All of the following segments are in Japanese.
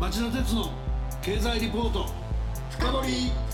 町田鉄の経済リポート深掘り。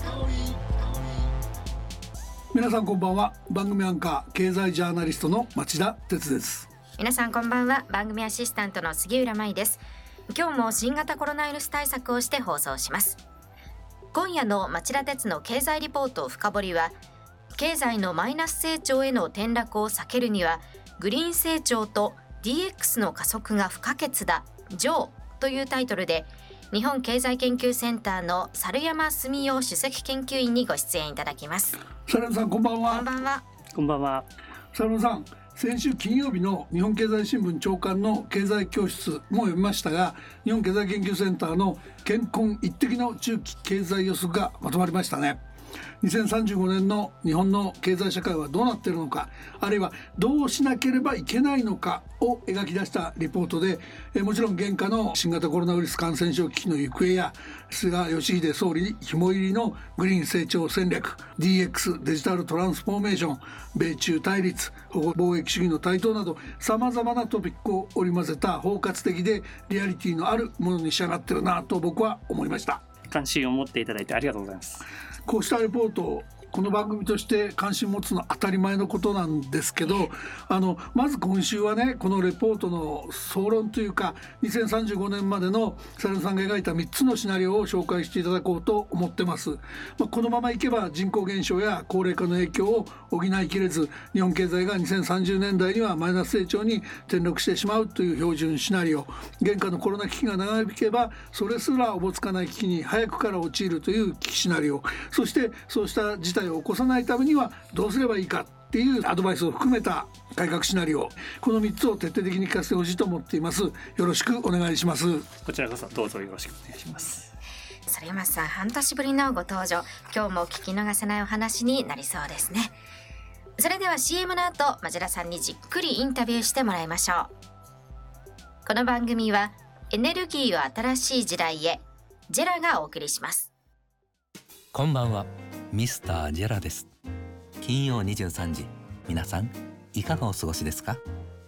皆さんこんばんは。番組アンカー経済ジャーナリストの町田鉄です。 皆さんこんばんは。番組アシスタントの杉浦舞です。今日も新型コロナウイルス対策をして放送します。今夜の町田鉄の経済リポート深掘りは、経済のマイナス成長への転落を避けるにはグリーン成長と DX の加速が不可欠だJOEというタイトルで、日本経済研究センターの猿山澄夫首席研究員にご出演いただきます。 猿山さんこんばんは。 こんばんは。 こんばんは。 猿山さん、先週金曜日の日本経済新聞長官の経済教室も読みましたが、日本経済研究センターの健康一滴の中期経済予測がまとまりましたね。2035年の日本の経済社会はどうなっているのか、あるいはどうしなければいけないのかを描き出したリポートで、もちろん現下の新型コロナウイルス感染症危機の行方や菅義偉総理肝入りのグリーン成長戦略、 DX デジタルトランスフォーメーション、米中対立、保護貿易主義の台頭などさまざまなトピックを織り交ぜた包括的でリアリティのあるものに仕上がってるなと僕は思いました。 関心を持っていただいてありがとうございます。 こうしたレポートをこの番組として関心持つのは当たり前のことなんですけど、まず今週はね、このレポートの総論というか2035年までの猿山さんが描いた3つのシナリオを紹介していただこうと思ってます。このままいけば人口減少や高齢化の影響を補いきれず、日本経済が2030年代にはマイナス成長に転落してしまうという標準シナリオ、現下のコロナ危機が長引けばそれすらおぼつかない危機に早くから陥るという危機シナリオ、そしてそうした事態を起こさないためにはどうすればいいかっていうアドバイスを含めた改革シナリオ、この3つを徹底的に聞かせてほしいと思っています。よろしくお願いします。 こちらこそどうぞよろしくお願いします。 猿山さん、半年ぶりのご登場、今日も聞き逃せないお話になりそうですね。それでは CM の後、町田さんにじっくりインタビューしてもらいましょう。この番組はエネルギーを新しい時代へ、ジェラがお送りします。 こんばんは、ミスタージェラです。金曜23時、皆さんいかがお過ごしですか？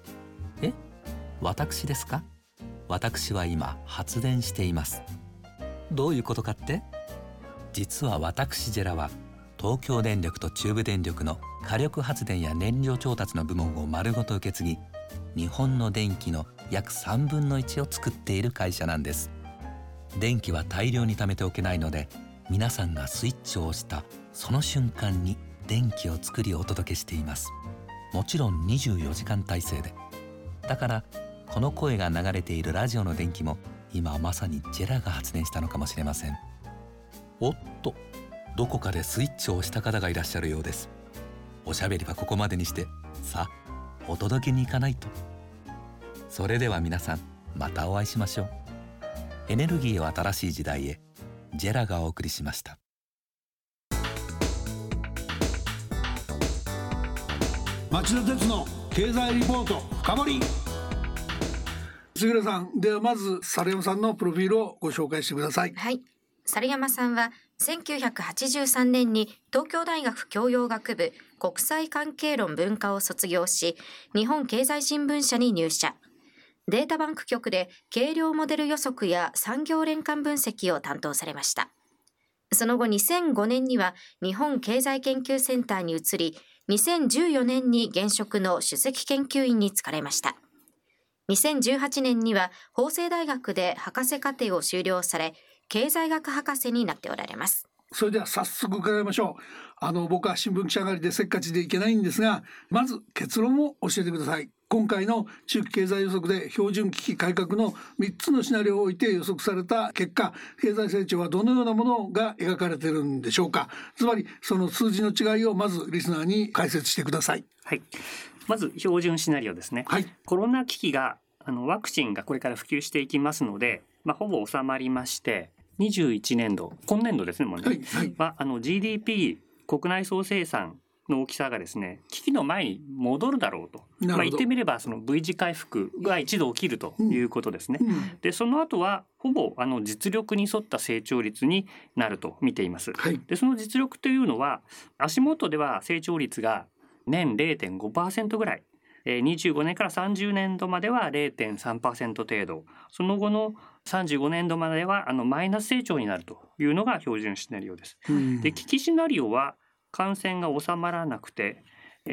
私ですか？私は今発電しています。どういうことかって？実は私ジェラは東京電力と中部電力の火力発電や燃料調達の部門を丸ごと受け継ぎ、日本の電気の約3分の1を作っている会社なんです。電気は大量に貯めておけないので、皆さんがスイッチを押したその瞬間に電気を作りお届けしています。もちろん24時間体制で。だからこの声が流れているラジオの電気も今まさにジェラが発電したのかもしれません。おっと、どこかでスイッチを押した方がいらっしゃるようです。おしゃべりはここまでにして、さあお届けに行かないと。それでは皆さん、またお会いしましょう。エネルギーを新しい時代へ、ジェラがお送りしました。 町田鉄の経済リポート深掘り。杉浦さん、ではまず猿山さんのプロフィールをご紹介してください。 はい、猿山さんは1983年に東京大学教養学部国際関係論文科を卒業し、日本経済新聞社に入社。データバンク局で計量モデル予測や産業連関分析を担当されました。その後2005年には日本経済研究センターに移り、2014年に現職の首席研究員に就かれました。2018年には法政大学で博士課程を修了され、経済学博士になっておられます。 それでは早速伺いましょう。僕は新聞記者狩りでせっかちでいけないんですが、まず結論を教えてください。今回の中期経済予測で標準危機改革の3つのシナリオを置いて予測された結果、経済成長はどのようなものが描かれているんでしょうか。つまりその数字の違いをまずリスナーに解説してください。 はい、まず標準シナリオですね。 はい、 コロナ危機がワクチンがこれから普及していきますので、ほぼ収まりまして、21年度、今年度ですね、もうね、GDP 国内総生産の大きさがですね、危機の前に戻るだろうと。言ってみればその V 字回復が一度起きるということですね。でその後はほぼ実力に沿った成長率になると見ています。でその実力というのは足元では成長率が年 0.5% ぐらい 25年から30年度までは 0.3% 程度、その後の35年度まではマイナス成長になるというのが標準シナリオです。で、危機シナリオは感染が収まらなくて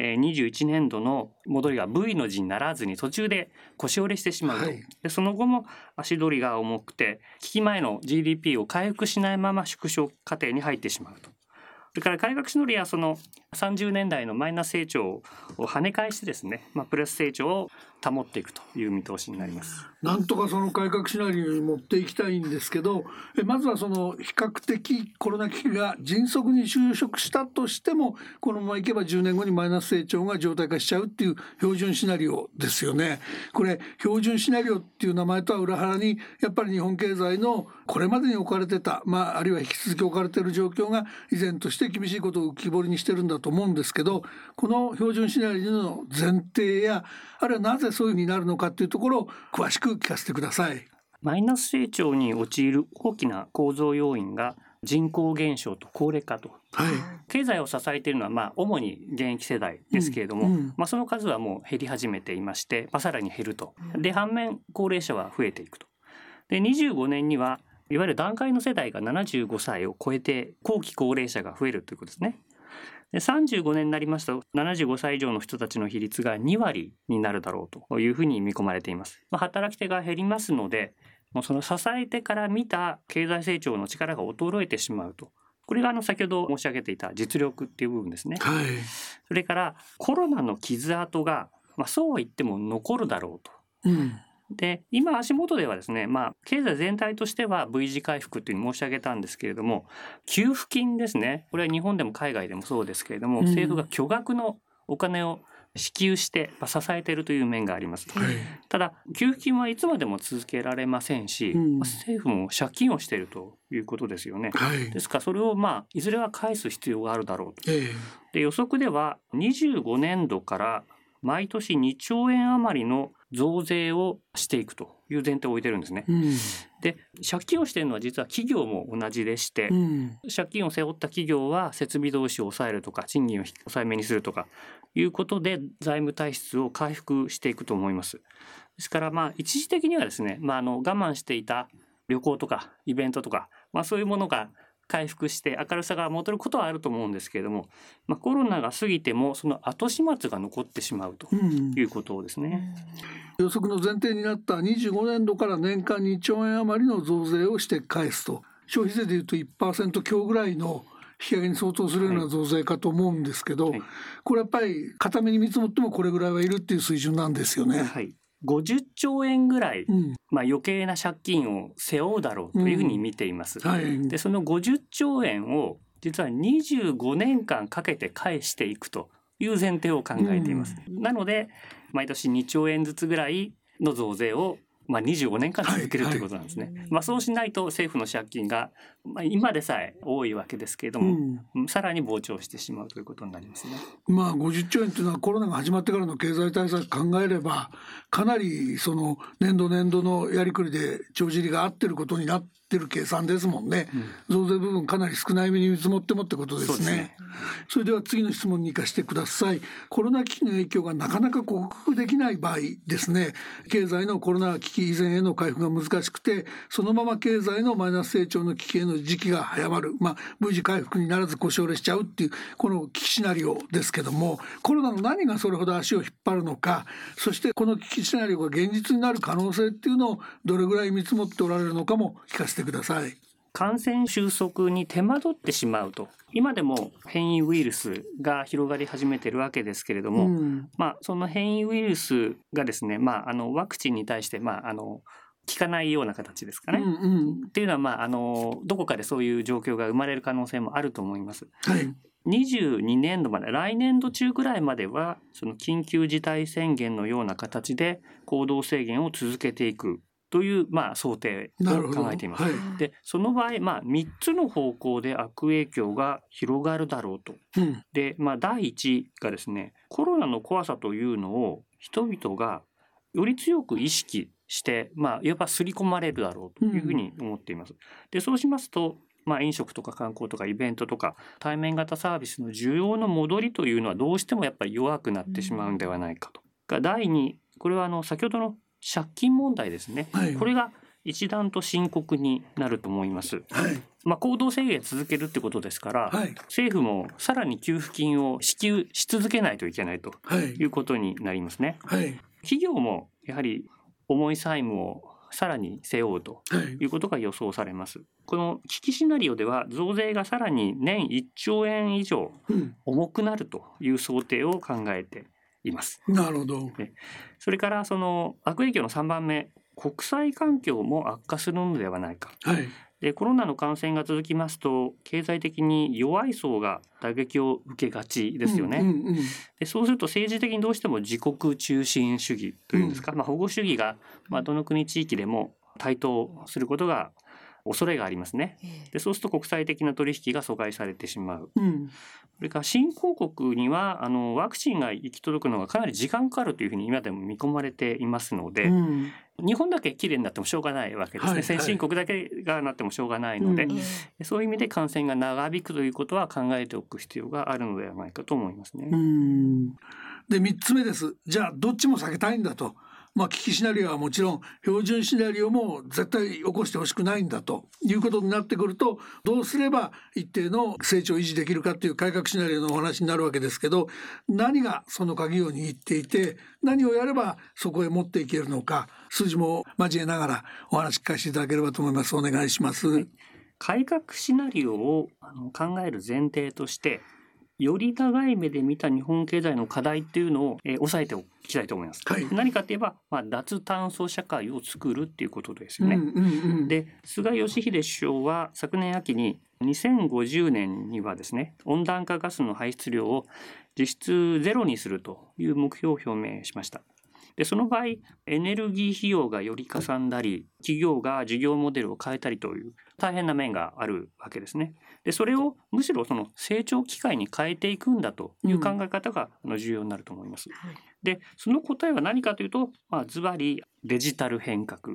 21年度の戻りが V の字にならずに途中で腰折れしてしまうと、でその後も足取りが重くて危機前の GDP を回復しないまま縮小過程に入ってしまうと。それから改革シナリオはその30年代のマイナス成長を跳ね返してですね、プラス成長を保っていくという見通しになります。 なんとかその改革シナリオに持っていきたいんですけど、まずはその比較的コロナ危機が迅速に収束したとしてもこのままいけば10年後にマイナス成長が常態化しちゃうっていう標準シナリオですよね。これ標準シナリオっていう名前とは裏腹にやっぱり日本経済のこれまでに置かれてた、あるいは引き続き置かれている状況が依然として厳しいことを浮き彫りにしてるんだと思うんですけど、この標準シナリオの前提やあるいはなぜそういうふうになるのかっていうところを詳しく聞かせてください。 マイナス成長に陥る大きな構造要因が人口減少と高齢化と、経済を支えているのは主に現役世代ですけれども、その数はもう減り始めていまして、さらに減ると。で反面高齢者は増えていくと。で25年にはいわゆる団塊の世代が75歳を超えて後期高齢者が増えるということですね。で35年になりますと75歳以上の人たちの比率が2割になるだろうというふうに見込まれています。働き手が減りますので、もうその支え手から見た経済成長の力が衰えてしまうと。これが先ほど申し上げていた実力っていう部分ですね。それからコロナの傷跡が、そうは言っても残るだろうと。で今足元ではですね、経済全体としては V 字回復というふうに申し上げたんですけれども、給付金ですね、これは日本でも海外でもそうですけれども、政府が巨額のお金を支給して支えているという面があります。ただ給付金はいつまでも続けられませんし、政府も借金をしているということですよね。ですからそれをいずれは返す必要があるだろうと。で予測では25年度から毎年2兆円余りの増税をしていくという前提を置いてるんですね。で借金をしているのは実は企業も同じでして、借金を背負った企業は設備投資を抑えるとか賃金を抑えめにするとかいうことで財務体質を回復していくと思います。ですから一時的にはですね、我慢していた旅行とかイベントとか、そういうものが回復して明るさが戻ることはあると思うんですけれども、コロナが過ぎてもその後始末が残ってしまうということですね。 予測の前提になった25年度から年間2兆円余りの増税をして返すと、消費税でいうと 1% 強ぐらいの引き上げに相当するような増税かと思うんですけど、これやっぱり固めに見積もってもこれぐらいはいるっていう水準なんですよね。 50兆円ぐらい、余計な借金を背負うだろうというふうに見ています。でその50兆円を実は25年間かけて返していくという前提を考えています。なので毎年2兆円ずつぐらいの増税を25年間続けるということなんですね。そうしないと政府の借金が、今でさえ多いわけですけれども、さらに膨張してしまうということになりますね。 50兆円というのはコロナが始まってからの経済対策考えればかなりその年度のやりくりで帳尻が合ってることになってる計算ですもんね。増税部分かなり少ないめに見積もってもってことですね。それでは次の質問に行かせてください。コロナ危機の影響がなかなか克服できない場合ですね、経済のコロナ危機以前への回復が難しくてそのまま経済のマイナス成長の危機への時期が早まる、V 字回復にならず腰折れしちゃうっていうこの危機シナリオですけども、コロナの何がそれほど足を引っ張るのか、そしてこの危機シナリオが現実になる可能性っていうのをどれぐらい見積もっておられるのかも聞かせてください。 感染収束に手間取ってしまうと、今でも変異ウイルスが広がり始めているわけですけれども、その変異ウイルスがですね、ワクチンに対して効かないような形ですかね、っていうのは、どこかでそういう状況が生まれる可能性もあると思います。22年度まで、来年度中ぐらいまではその緊急事態宣言のような形で行動制限を続けていくという想定を考えています。でその場合、3つの方向で悪影響が広がるだろうと。で、第一がですね、コロナの怖さというのを人々がより強く意識して、いわば刷り込まれるだろうというふうに思っています。でそうしますと、飲食とか観光とかイベントとか対面型サービスの需要の戻りというのはどうしてもやっぱり弱くなってしまうんではないかと第2、これは先ほどの借金問題ですね、 はい、 これが一段と深刻になると思います。 はい、 行動制限続けるってことですから、 はい、 政府もさらに給付金を支給し続けないといけないということになりますね。 はい、 企業もやはり重い債務をさらに背負うということが予想されます。この危機シナリオでは増税がさらに年1兆円以上重くなるという想定を考えています。 なるほど。 それからその悪影響の3番目、国際環境も悪化するのではないか。 はい、 でコロナの感染が続きますと経済的に弱い層が打撃を受けがちですよね。でそうすると政治的にどうしても自国中心主義というんですか、保護主義がどの国地域でも台頭することが恐れがありますね。でそうすると国際的な取引が阻害されてしまう。それから新興国にはワクチンが行き届くのがかなり時間かかるというふうに今でも見込まれていますので、日本だけきれいになってもしょうがないわけですね。先進国だけがなってもしょうがないので、そういう意味で感染が長引くということは考えておく必要があるのではないかと思いますね。 で3つ目です。じゃあどっちも避けたいんだと。危機シナリオはもちろん標準シナリオも絶対起こしてほしくないんだということになってくると、どうすれば一定の成長を維持できるかという改革シナリオのお話になるわけですけど、何がその鍵を握っていて何をやればそこへ持っていけるのか、数字も交えながらお話聞かせていただければと思います。お願いします。はい、 改革シナリオを考える前提としてより長い目で見た日本経済の課題っていうのを押さえておきたいと思います。はい、何かといえば、脱炭素社会を作るっていうことですよね。で菅義偉首相は昨年秋に2050年にはですね、温暖化ガスの排出量を実質ゼロにするという目標を表明しました。でその場合エネルギー費用がよりかさんだり、企業が事業モデルを変えたりという大変な面があるわけですね。でそれをむしろその成長機会に変えていくんだという考え方が重要になると思います。でその答えは何かというと、ズバリデジタル変革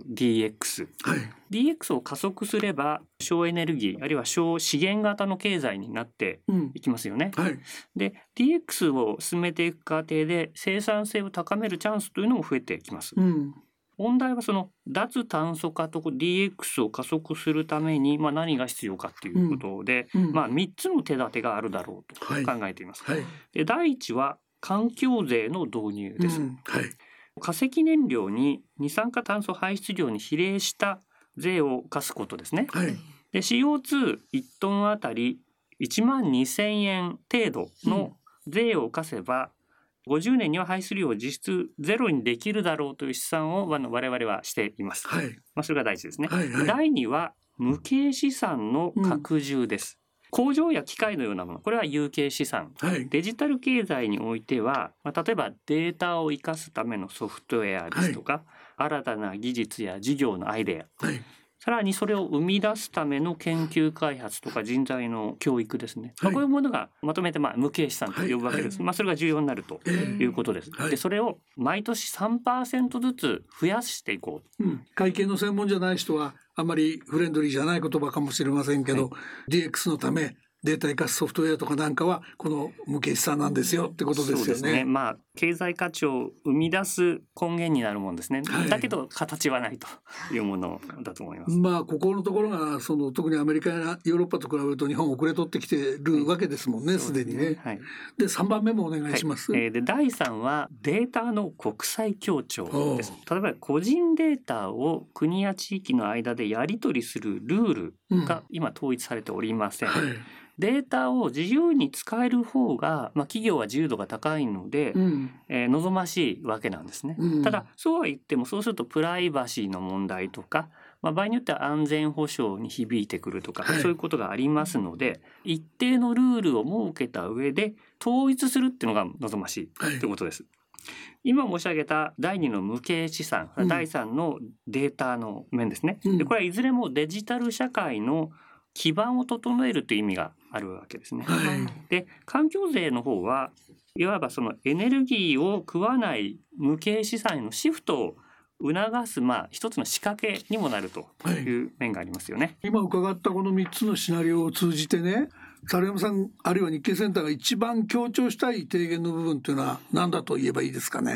DX、DX を加速すれば省エネルギーあるいは省資源型の経済になっていきますよね。で DX を進めていく過程で生産性を高めるチャンスというのも増えてきます。問題はその脱炭素化と DX を加速するために何が必要かということで、3つの手立てがあるだろうと考えています。で第一は環境税の導入です。化石燃料に二酸化炭素排出量に比例した税を課すことですね。で CO2 1トンあたり1万2000円程度の税を課せば、50年には排出量を実質ゼロにできるだろうという試算を我々はしています。それが第一ですね。第二は無形資産の拡充です。工場や機械のようなもの、これは有形資産。デジタル経済においては、例えばデータを生かすためのソフトウェアですとか、新たな技術や事業のアイデア、さらにそれを生み出すための研究開発とか人材の教育ですね。こういうものがまとめて無形資産と呼ぶわけです。それが重要になるということです。でそれを毎年 3% ずつ増やしていこう。 会計の専門じゃない人はあまりフレンドリーじゃない言葉かもしれませんけど、DX のためデータ生かすソフトウェアとかなんかはこの無形資産なんですよってことですよね。 そうですね。経済価値を生み出す根源になるものですね。だけど形はないというものだと思います。 ここのところが特にアメリカやヨーロッパと比べると日本遅れ取ってきてるわけですもんね、すでにね。で3番目もお願いします。 で第3はデータの国際協調です。例えば個人データを国や地域の間でやり取りするルールが今統一されておりません。データを自由に使える方が、企業は自由度が高いので、望ましいわけなんですね。ただそうは言ってもそうするとプライバシーの問題とか、場合によっては安全保障に響いてくるとか、そういうことがありますので、一定のルールを設けた上で統一するっていうのが望ましいということです。今申し上げた第2の無形資産、第3のデータの面ですね。でこれはいずれもデジタル社会の基盤を整えるという意味があるわけですね。で環境税の方はいわばそのエネルギーを食わない無形資産へのシフトを促す一つの仕掛けにもなるという面がありますよね。 今伺ったこの3つのシナリオを通じてね、猿山さんあるいは日経センターが一番強調したい提言の部分というのは何だと言えばいいですかね。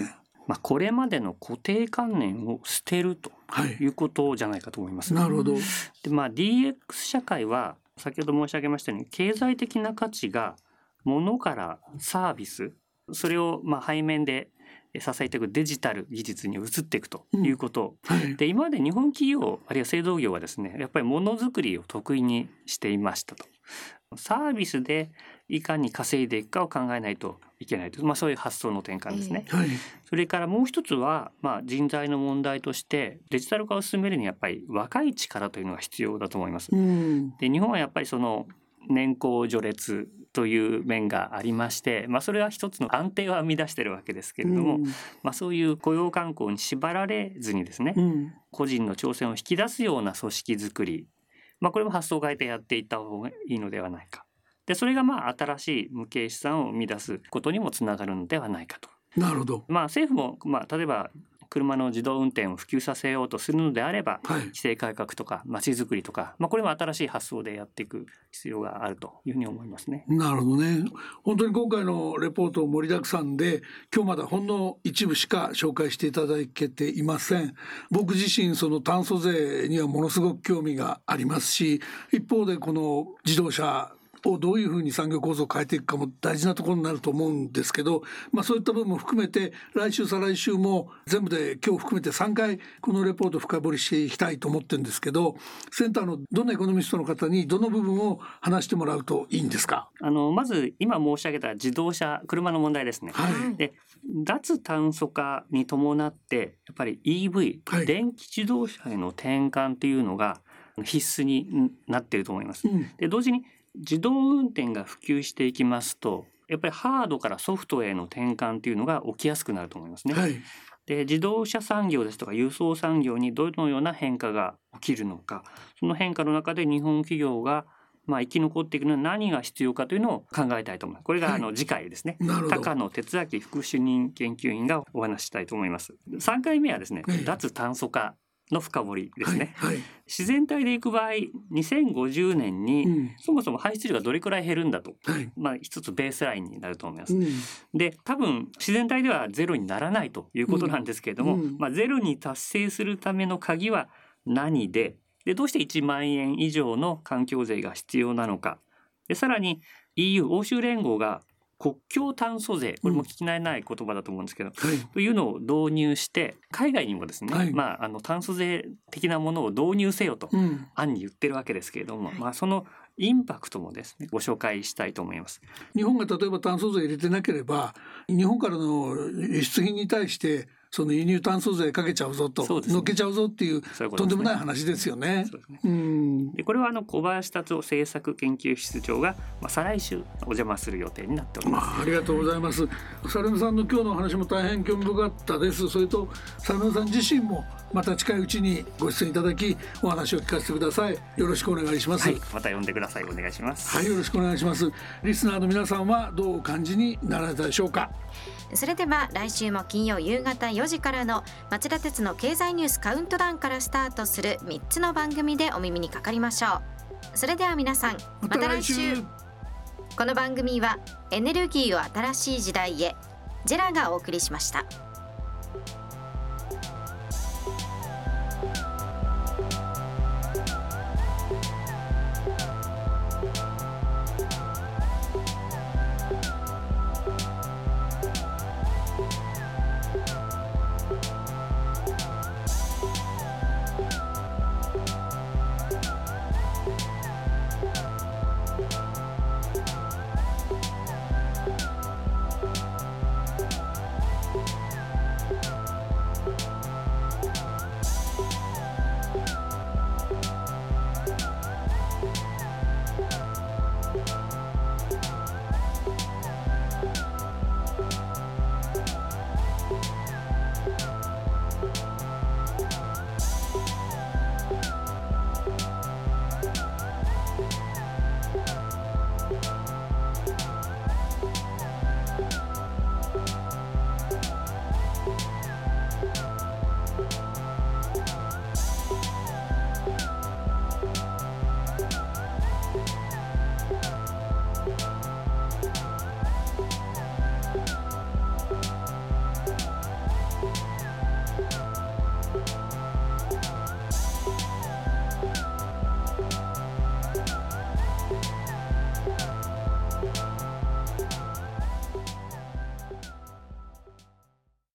これまでの固定観念を捨てるということじゃないかと思います。 なるほど。 で、DX 社会は先ほど申し上げましたように経済的な価値が物からサービス、それを背面で支えていくデジタル技術に移っていくということ、で今まで日本企業あるいは製造業はですね、やっぱりものづくりを得意にしていましたと。サービスでいかに稼いでいくかを考えないといけないと、そういう発想の転換ですね。それからもう一つは、人材の問題としてデジタル化を進めるにはやっぱり若い力というのが必要だと思います。で日本はやっぱりその年功序列という面がありまして、それは一つの安定を生み出しているわけですけれども、そういう雇用慣行に縛られずにですね、個人の挑戦を引き出すような組織づくり、これも発想を変えてやっていった方がいいのではないか。でそれが新しい無形資産を生み出すことにもつながるのではないかと。 なるほど。 政府も、例えば車の自動運転を普及させようとするのであれば、規制改革とか街づくりとか、これも新しい発想でやっていく必要があるというふうに思いますね。 なるほどね。本当に今回のレポート盛りだくさんで、今日まだほんの一部しか紹介していただけていません。僕自身その炭素税にはものすごく興味がありますし、一方でこの自動車をどういうふうに産業構造を変えていくかも大事なところになると思うんですけど、そういった部分も含めて来週再来週も全部で今日含めて3回このレポートを深掘りしていきたいと思ってるんですけど、センターのどのエコノミストの方にどの部分を話してもらうといいんですか？ まず今申し上げた自動車車の問題ですね。で脱炭素化に伴ってやっぱり EV、電気自動車への転換というのが必須になっていると思います。で同時に自動運転が普及していきますと、やっぱりハードからソフトへの転換というのが起きやすくなると思いますね。で自動車産業ですとか輸送産業にどのような変化が起きるのか、その変化の中で日本企業が生き残っていくのは何が必要かというのを考えたいと思います。これが次回ですね、高野哲明副主任研究員がお話ししたいと思います。3回目はですね、脱炭素化の深掘りですね。自然体でいく場合、2050年にそもそも排出量がどれくらい減るんだと、一つベースラインになると思います。で多分自然体ではゼロにならないということなんですけれども、ゼロに達成するための鍵は何で、どうして1万円以上の環境税が必要なのか。でさらに EU 欧州連合が国境炭素税、これも聞き慣れない言葉だと思うんですけど、というのを導入して海外にもですね、炭素税的なものを導入せよと案に言ってるわけですけれども、そのインパクトもですねご紹介したいと思います。 日本が例えば炭素税入れてなければ、日本からの輸出品に対してその輸入炭素税かけちゃうぞと、乗っけちゃうぞっていうとんでもない話ですよね。 でこれは小林達夫政策研究室長が、再来週お邪魔する予定になっております。 ありがとうございます。サルメさんの今日の話も大変興味深かったです。それとサルメさん自身もまた近いうちにご出演いただきお話を聞かせてください。よろしくお願いします。 また呼んでください。お願いします。 よろしくお願いします。リスナーの皆さんはどうお感じになられたでしょうか。 それでは来週も金曜夕方4時からの町田鉄の経済ニュースカウントダウンからスタートする3つの番組でお耳にかかりましょう。それでは皆さんまた来週。この番組はエネルギーを新しい時代へジェラがお送りしました。